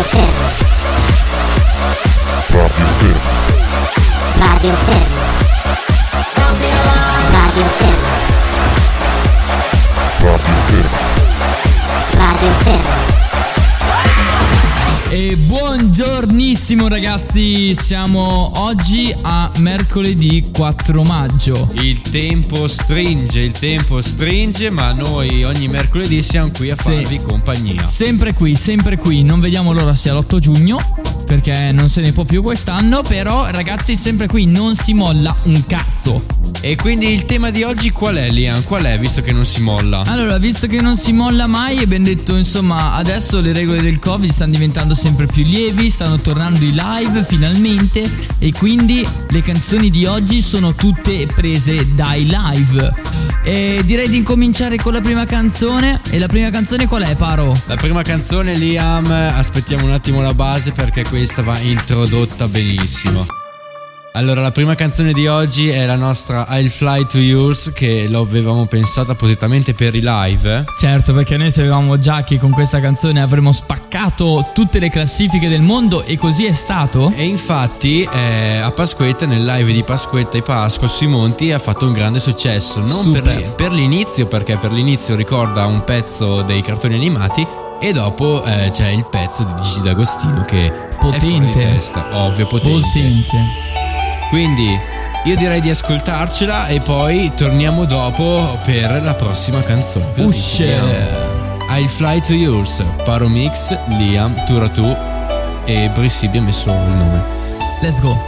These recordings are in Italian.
Fermo. Radio Fermo. Radio Fermo. Radio Fermo. E buongiornissimo ragazzi, siamo oggi a mercoledì 4 maggio. Il tempo stringe, ma noi ogni mercoledì siamo qui a farvi compagnia. Sempre qui, non vediamo l'ora sia l'8 giugno, perché non se ne può più quest'anno, però ragazzi sempre qui, non si molla un cazzo. E quindi il tema di oggi qual è, Liam? Qual è, visto che non si molla? Allora, visto che non si molla mai, abbiamo detto insomma adesso le regole del Covid stanno diventando sempre più lievi, stanno tornando i live finalmente, e quindi le canzoni di oggi sono tutte prese dai live. E direi di incominciare con la prima canzone. E la prima canzone qual è, Paro? La prima canzone, Liam, aspettiamo un attimo la base perché questa va introdotta benissimo. Allora, la prima canzone di oggi è la nostra I'll Fly to Yours, che lo avevamo pensato appositamente per i live. Certo, perché noi sapevamo già che con questa canzone avremmo spaccato tutte le classifiche del mondo, e così è stato. E infatti a Pasquetta, nel live di Pasquetta e Pasqua sui Monti, ha fatto un grande successo. Non per l'inizio, perché per l'inizio ricorda un pezzo dei cartoni animati, e dopo c'è il pezzo di Gigi D'Agostino che potente, è fuori di testa, ovvio, potente. Quindi io direi di ascoltarcela e poi torniamo dopo per la prossima canzone. I'll Fly to Yours, Paro Mix, Liam, Turatu e Brissibbi ha messo il nome. Let's go.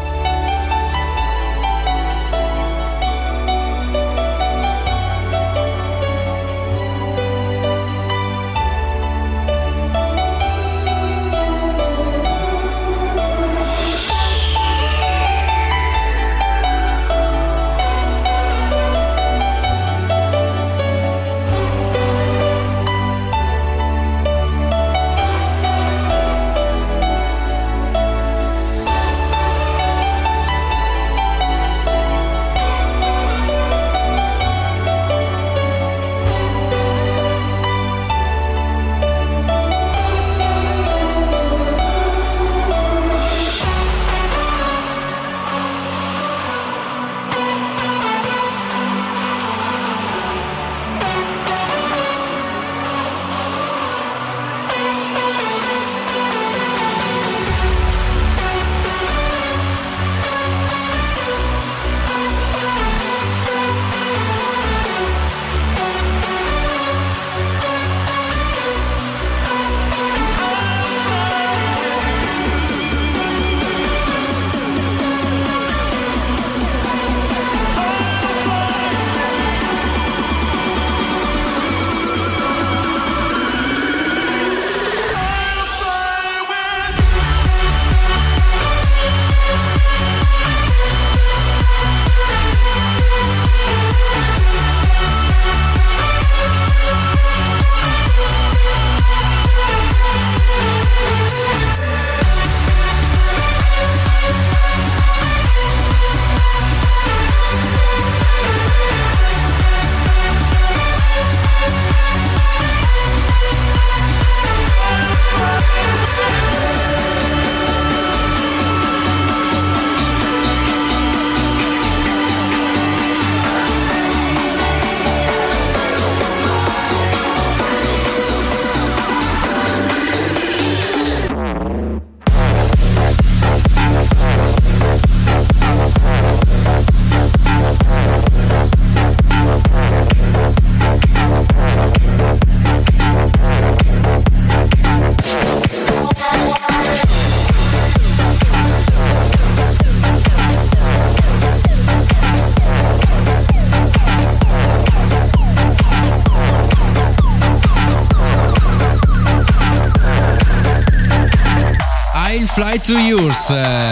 Fly to Yours.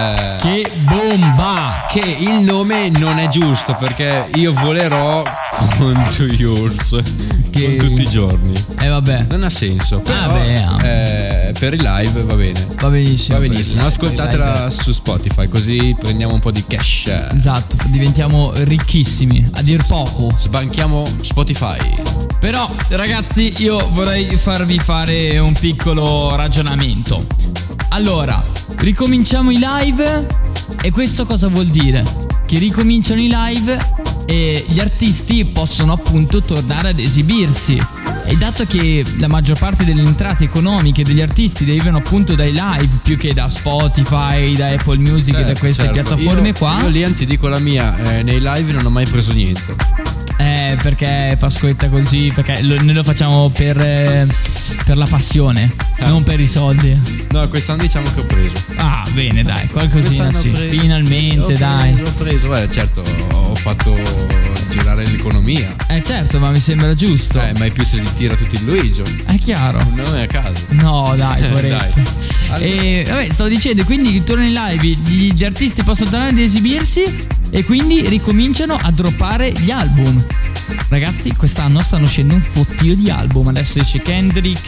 Che bomba! Che il nome non è giusto, perché io volerò con To Yours con tutti i giorni. Vabbè, non ha senso. Però per i live va bene. Va benissimo. Va benissimo. Ascoltatela su Spotify, così prendiamo un po' di cash. Esatto, diventiamo ricchissimi, a dir poco. Sbanchiamo Spotify. Però ragazzi, io vorrei farvi fare un piccolo ragionamento. Allora, ricominciamo i live. E questo cosa vuol dire? Che ricominciano i live e gli artisti possono appunto tornare ad esibirsi. E dato che la maggior parte delle entrate economiche degli artisti derivano appunto dai live più che da Spotify, da Apple Music e da queste piattaforme qua. Io lì ti dico la mia, nei live non ho mai preso niente. Perché Pasquetta così, perché noi lo facciamo per la passione, non per i soldi. No, quest'anno diciamo che ho preso. Ah, bene, dai, qualcosina sì. Finalmente, dai. L'ho preso, certo, ho fatto girare l'economia. Certo, ma mi sembra giusto. Mai più se li tira tutti il Luigi. È chiaro. Un nome a caso. No, dai, poveretto. Allora. E vabbè, stavo dicendo, quindi tornano in live, gli artisti possono tornare ad esibirsi e quindi ricominciano a droppare gli album. Ragazzi, quest'anno stanno uscendo un fottio di album. Adesso esce Kendrick,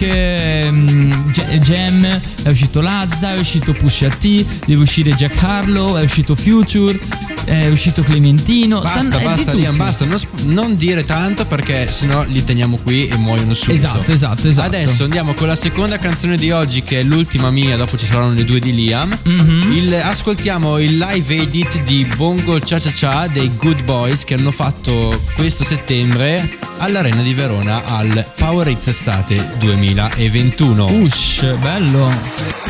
Jam, è uscito Lazza, è uscito Pusha T, deve uscire Jack Harlow, è uscito Future, è uscito Clementino. Basta, Liam, basta. Non dire tanto perché sennò li teniamo qui e muoiono subito. Esatto. Adesso andiamo con la seconda canzone di oggi, che è l'ultima mia, dopo ci saranno le due di Liam. Ascoltiamo il live edit di Bongo Cha Cha Cha dei Good Boys, che hanno fatto questo settembre all'Arena di Verona al Power Hits Estate 2021. Ush, bello.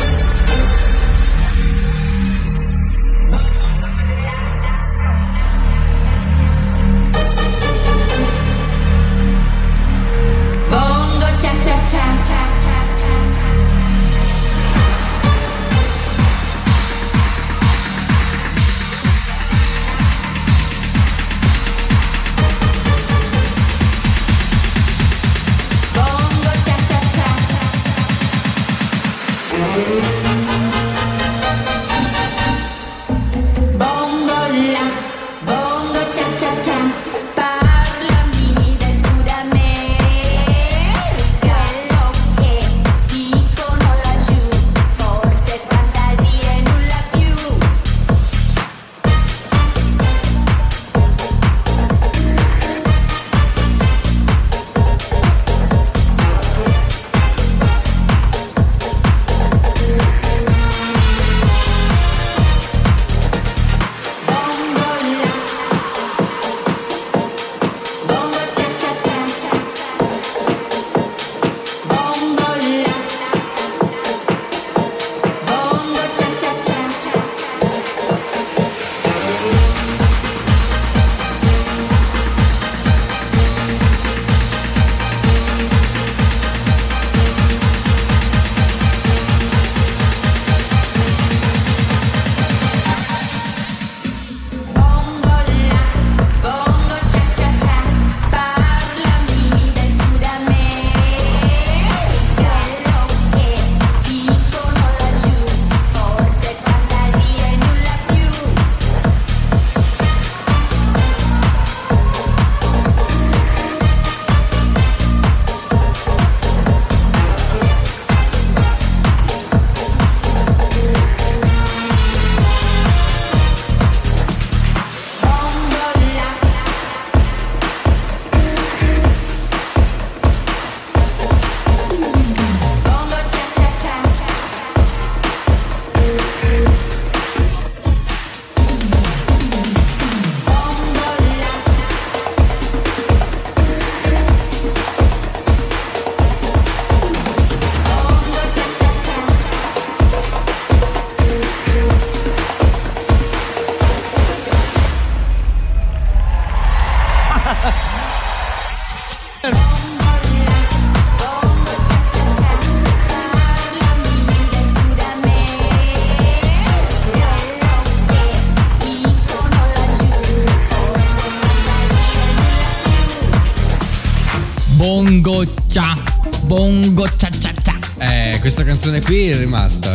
Bongo Cha Cha Cha. Questa canzone qui è rimasta.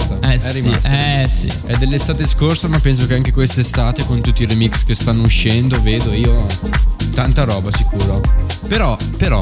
Sì. È dell'estate scorsa, ma penso che anche quest'estate, con tutti i remix che stanno uscendo, vedo io tanta roba sicuro. Però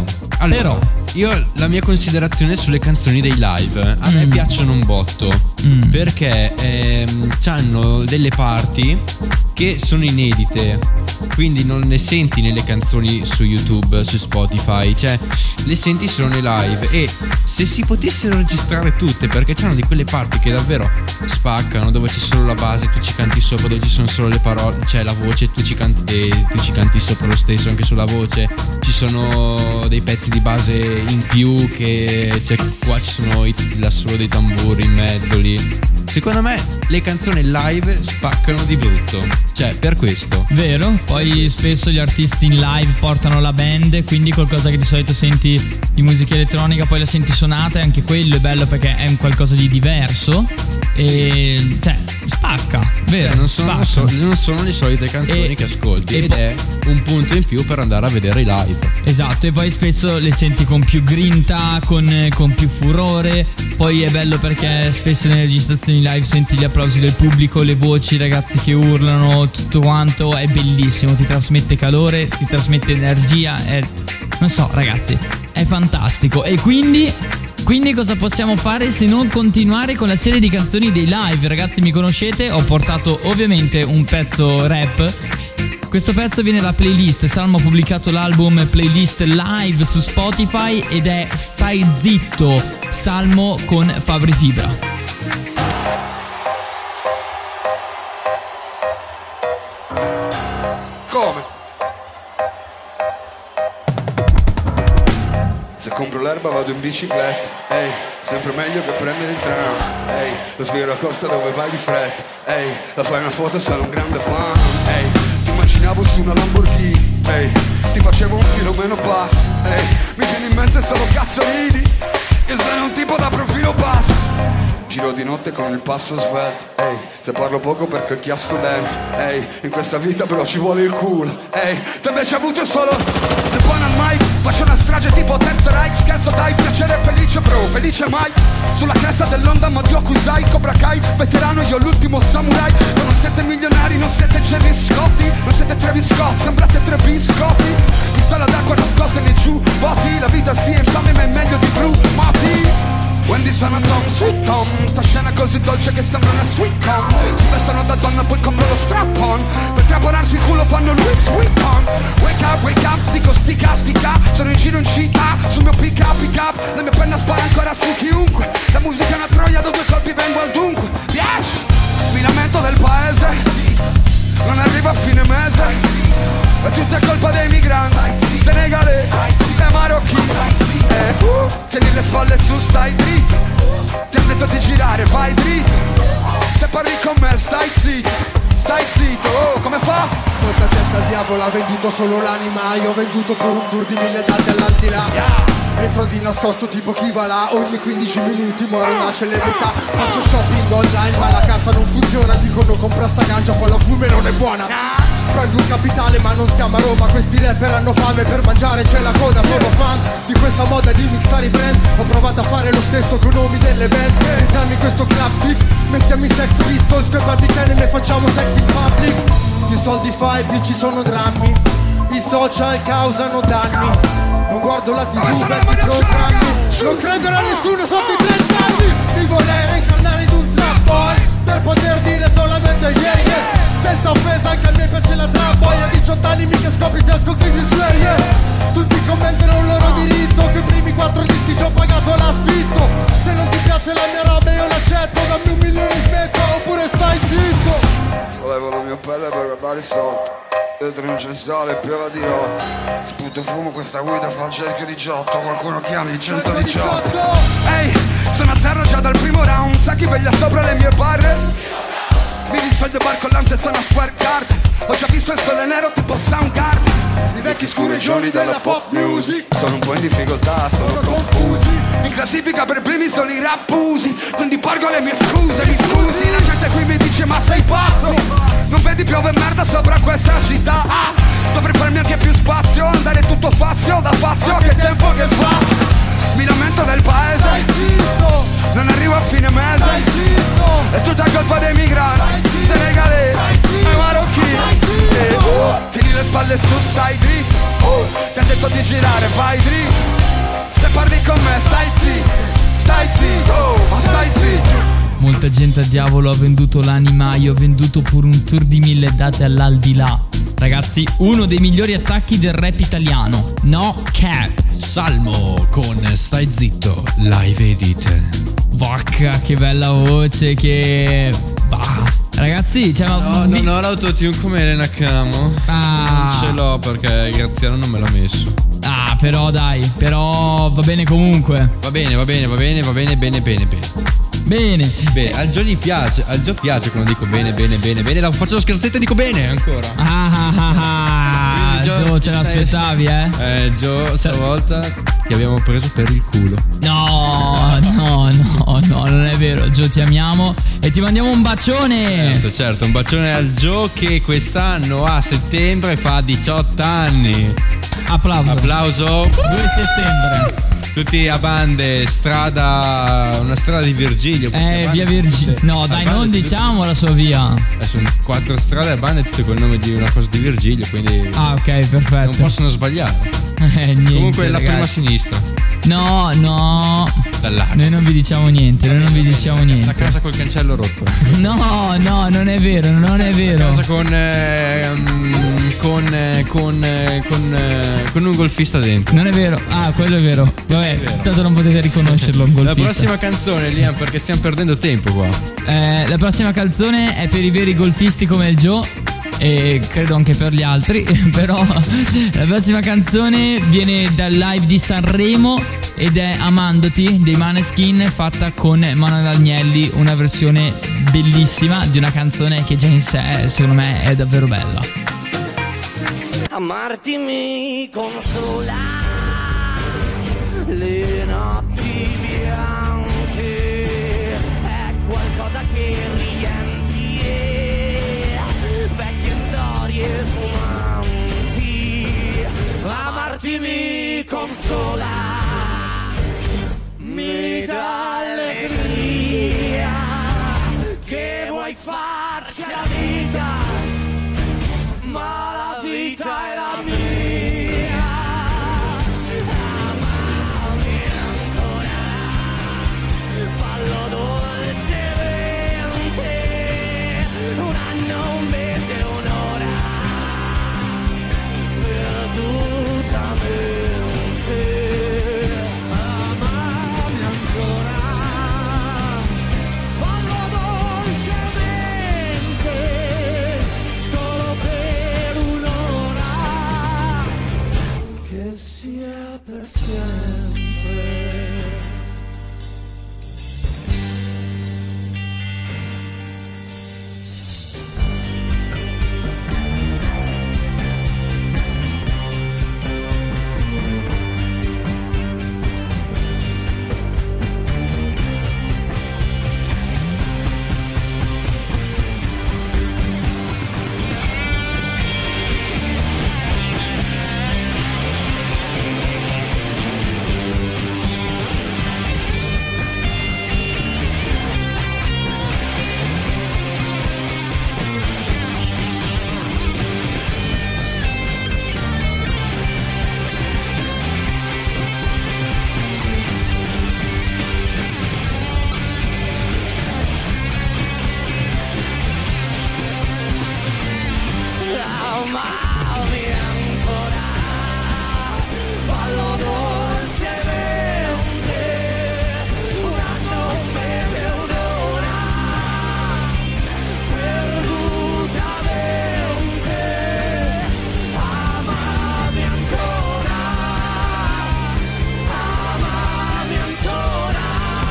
io la mia considerazione sulle canzoni dei live, a me piacciono un botto, perché hanno delle parti che sono inedite, quindi non le senti nelle canzoni su YouTube, su Spotify, cioè le senti solo nei live. E se si potessero registrare tutte, perché c'hanno di quelle parti che davvero spaccano, dove c'è solo la base, tu ci canti sopra, dove ci sono solo le parole, c'è la voce, tu ci canti sopra lo stesso anche sulla voce, ci sono dei pezzi di base in più, che cioè, qua ci sono l'assolo dei tamburi in mezzo lì. Secondo me le canzoni live spaccano di brutto, cioè per questo. Vero, poi spesso gli artisti in live portano la band, quindi qualcosa che di solito senti di musica elettronica poi la senti suonata, e anche quello è bello perché è un qualcosa di diverso e cioè spacca, vero? Cioè, non sono le solite canzoni che ascolti, ed è un punto in più per andare a vedere i live. Esatto, e poi spesso le senti con più grinta, con più furore. Poi è bello perché spesso nelle registrazioni live senti gli applausi del pubblico, le voci, i ragazzi che urlano, tutto quanto è bellissimo, ti trasmette calore, ti trasmette energia, non so ragazzi, è fantastico. E quindi cosa possiamo fare se non continuare con la serie di canzoni dei live? Ragazzi, mi conoscete, ho portato ovviamente un pezzo rap. Questo pezzo viene da Playlist. Salmo ha pubblicato l'album Playlist Live su Spotify ed è Stai Zitto, Salmo con Fabri Fibra. Come? Se compro l'erba vado in bicicletta, ehi, sempre meglio che prendere il tram, ehi, lo sbirro a costa dove vai di fretta, ehi, la fai una foto sono un grande fan, ehi, ti immaginavo su una Lamborghini, ehi, ti facevo un filo meno basso, ehi, mi viene in mente solo cazzo ridi, io sono un tipo da profilo basso, giro di notte con il passo svelto, ehi, se parlo poco perché il chiasso dentro, ehi, in questa vita però ci vuole il culo, ehi, tu invece hai avuto solo The One al mic, faccio una strage tipo Terzo Reich, scherzo dai, piacere felice bro, felice mai, sulla cresta dell'onda ma Dio Kusai, Cobra Kai, veterano io l'ultimo samurai, ma non siete milionari, non siete Jerry Scotti, non siete Travis Scott, sembrate tre biscotti, pistola d'acqua nascosta nei giubbotti, la vita sì è infame ma è meglio di Blue Moti. Wendy sono Tom, Sweet Tom, sta scena così dolce che sembra una sweetcom, si vestono da donna poi compro lo strap-on, per traborarsi il culo fanno Louis Vuitton. Wake up, dico stica, sono in giro in città, sul mio pick up, la mia penna spara ancora su chiunque, la musica è una troia, da due colpi vengo al dunque, 10, sfilamento del paese, non arriva a fine mese, è tutta colpa dei migranti, senegalesi e marocchini, tieni le spalle su, stai dritto, ti han detto di girare, vai dritto, se parli con me stai zitto, oh, come fa? Molta gente al diavolo ha venduto solo l'anima, io ho venduto per un tour di 1000 date all'aldilà. Entro di nascosto tipo chi va là, ogni 15 minuti muore una celebrità. Faccio shopping online ma la carta non funziona, dicono compra sta gancia poi la fume non è buona. Spendo un capitale ma non siamo a Roma, questi rapper hanno fame, per mangiare c'è la coda. Sono fan di questa moda di mixare i brand, ho provato a fare lo stesso con nomi delle band. Entriamo in questo club tip, mettiamo i Sex Pistols, che Babican e ne facciamo sex in public. Più soldi fai più ci sono drammi, i social causano danni. Non guardo la TV per i programmi, non credo a nessuno sotto i 30 anni. Mi vorrei reincarnare in un trap boy, per poter dire solamente yeah yeah. Senza offesa anche a me piace la trap boy. A 18 anni mica scopri se ascolti gli Slayer. Tutti commentano il loro diritto, che i primi 4 dischi ci ho pagato l'affitto. Se non ti piace la mia roba io l'accetto, dammi 1 milione smetto oppure stai zitto. Sollevo la mia pelle per guardare sotto, dentro un cessale piova di rotte, sputo fumo, questa guida fa il cerchio di giotto, qualcuno chiama il 118. Ehi, sono a terra già dal primo round, sa chi veglia sopra le mie barre? Mi risveglio barcollante, sono a Square Garden, ho già visto il sole nero tipo Soundgarden. I vecchi scurreggioni della pop music sono un po' in difficoltà, sono confusi. In classifica per primi sono i rappusi, quindi porgo le mie scuse, mi scusi. La gente qui mi dice ma sei pazzo, non vedi piove merda sopra questa città? Ah, dovrei farmi anche più spazio, andare tutto fazio da fazio, che tempo che fa. Mi lamento del paese, non arrivo a fine mese, è tutta colpa dei migranti, senegalesi e marocchini. Tieni le spalle su, stai dritto, ti han detto di girare, vai dritto, se parli con me stai zitto, stai zitto. Molta gente al diavolo ha venduto l'anima, io ho venduto pure un tour di 1000 date all'aldilà. Ragazzi, uno dei migliori attacchi del rap italiano. No cap. Salmo con Stai Zitto, live edit. Vacca, che bella voce, che... Bah. Ragazzi, cioè, non ho l'autotune come Elena Camo. Non ce l'ho perché Graziano non me l'ha messo. Però dai, però va bene comunque. Va bene. Bene, al Gio gli piace, quando dico bene. La faccio lo scherzetto e dico bene ancora. Gio, ce l'aspettavi, eh? Gio, stavolta ti abbiamo preso per il culo. No, non è vero. Gio, ti amiamo e ti mandiamo un bacione. Certo, un bacione al Gio che quest'anno a settembre fa 18 anni. Applauso. 2 settembre. Tutti a bande, una strada di Virgilio. Via Virgilio. No, dai, non diciamo la sua via. Sono 4 strade a bande, tutte col nome di una cosa di Virgilio, quindi. Ok, perfetto. Non possono sbagliare. Niente, comunque la ragazzi. prima sinistra. No. Dall'arco. Noi non vi diciamo niente, La casa col cancello rotto. No, non è vero. La casa con un golfista dentro. Non è vero. Quello è vero. Vabbè, tanto non potete riconoscerlo un golfista. La prossima canzone, Liam, perché stiamo perdendo tempo qua. La prossima canzone è per i veri golfisti come il Joe. E credo anche per gli altri. Però la prossima canzone viene dal live di Sanremo ed è Amandoti dei Maneskin, fatta con Manuel Agnelli, una versione bellissima di una canzone che già in sé secondo me è davvero bella. Amarti mi consola le notti bianche, è qualcosa che riempie vecchie storie fumanti. Amarti mi consola, mi dà allegria, che vuoi farci la vita, ma la vita è la mia. Amami ancora, fallo dolcemente, un anno, un mese, un'ora, perdutamente. Amami ancora, fallo dolcemente, solo per un'ora, che sia per sempre. Amami ancora, fallo dolcemente, un anno, un mese, un'ora, perdutamente. Amami ancora, amami ancora,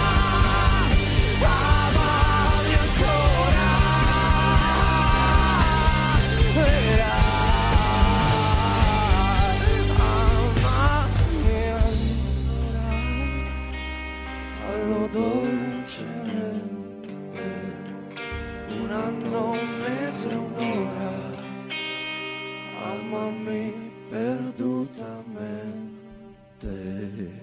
amami ancora. Fallo dolcemente, un anno, un mese, un'ora, amami perdutamente.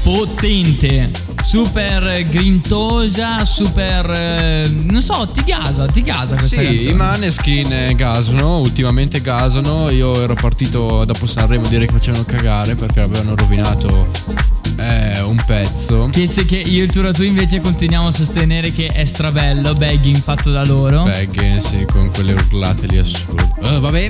potente, super grintosa, super non so, ti gasa questa canzone. Sì, i Maneskin gasano, ultimamente gasano. Io ero partito dopo Sanremo a dire che facevano cagare perché avevano rovinato un pezzo. Che io e il Turatù invece continuiamo a sostenere che è strabello, Begging fatto da loro. Begging, sì, con quelle urlate lì assurde. Vabbè.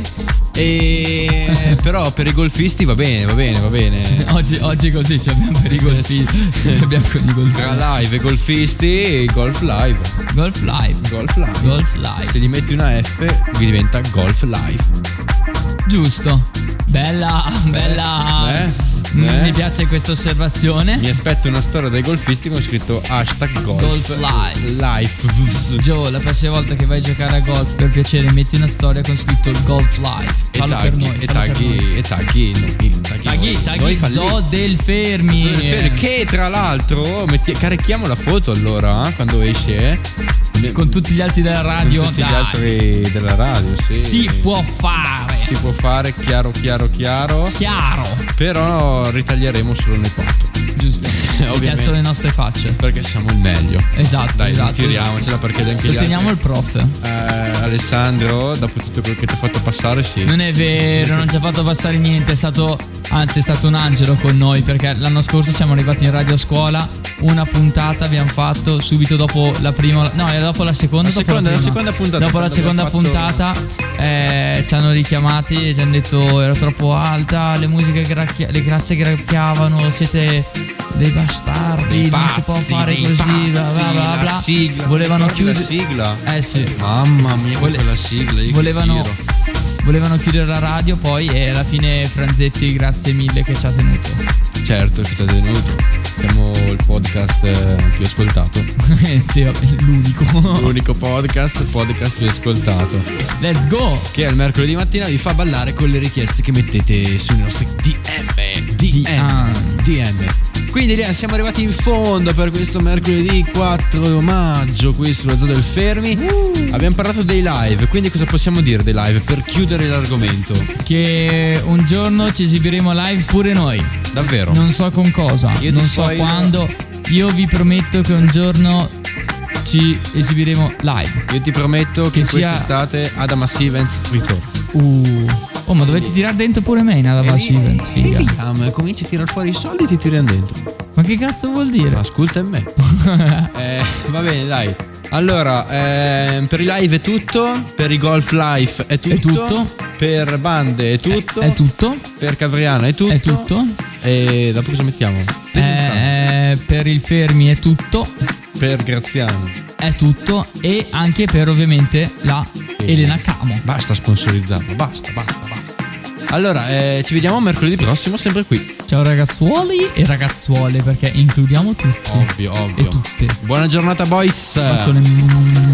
Però per i golfisti va bene. Oggi così ci abbiamo per i golfisti. Abbiamo con i golfisti. Tra live e golfisti, golf live. Golf live. Se gli metti una F vi diventa golf live. Giusto. Bella. Mi piace questa osservazione. Mi aspetto una storia dai golfisti con scritto #golf live. Joe, la prossima volta che vai a giocare a golf, per piacere metti una storia con scritto golf live. Fallo per noi. E tagli Zoo del Fermi. Che tra l'altro carichiamo la foto allora quando esce. Con tutti gli altri della radio. Con tutti gli altri della radio, sì. Si può fare chiaro. Però ritaglieremo solo noi 4. Giusto. Ovviamente solo le nostre facce. Perché siamo il meglio. Esatto. Dai, non tiriamocela perché anche teniamo il prof. Alessandro, dopo tutto quello che ti ha fatto passare, sì. Non è vero, non ci ha fatto passare niente. È stato un angelo con noi. Perché l'anno scorso siamo arrivati in radio a scuola. Una puntata abbiamo fatto subito dopo la prima. No, era dopo la seconda. La seconda puntata. Dopo la seconda puntata ci hanno richiamati e ci hanno detto era troppo alta, le musiche le classi gracchiavano, siete dei bastardi, non si può fare così, bla bla bla. La sigla. Volevano chiudere la sigla. Sì. Mamma mia, quella sigla. Volevano chiudere la radio poi e alla fine Franzetti, grazie mille che ci ha tenuto. Certo che ci ha tenuto. Siamo il podcast più ascoltato. Sì, l'unico podcast più ascoltato. Let's go! Che il mercoledì mattina vi fa ballare con le richieste che mettete sui nostri DM. Quindi siamo arrivati in fondo per questo mercoledì 4 maggio qui sullo Zoo del Fermi. Abbiamo parlato dei live, quindi cosa possiamo dire dei live per chiudere l'argomento? Che un giorno ci esibiremo live pure noi. Davvero? Non so con cosa, non so quando. Io vi prometto che un giorno ci esibiremo live. Io ti prometto che quest'estate Adamas Events ritorna. Oh, ma dovete tirare dentro pure me in Adamas Events, figa. Cominci a tirare fuori i soldi e ti tirano dentro. Ma che cazzo vuol dire? Ma ascolta me. Va bene, dai. Allora, per i live è tutto, per i golf life è tutto. Per bande è tutto. Per Cavriana è tutto. E dopo cosa mettiamo? Per il Fermi è tutto. Per Graziano è tutto. E anche per ovviamente la Elena Camo. Basta sponsorizzarlo, basta. Allora, ci vediamo mercoledì prossimo sempre qui. Ciao ragazzuoli e ragazzuole, perché includiamo tutti. Ovvio. E tutte. Buona giornata boys. Bacione.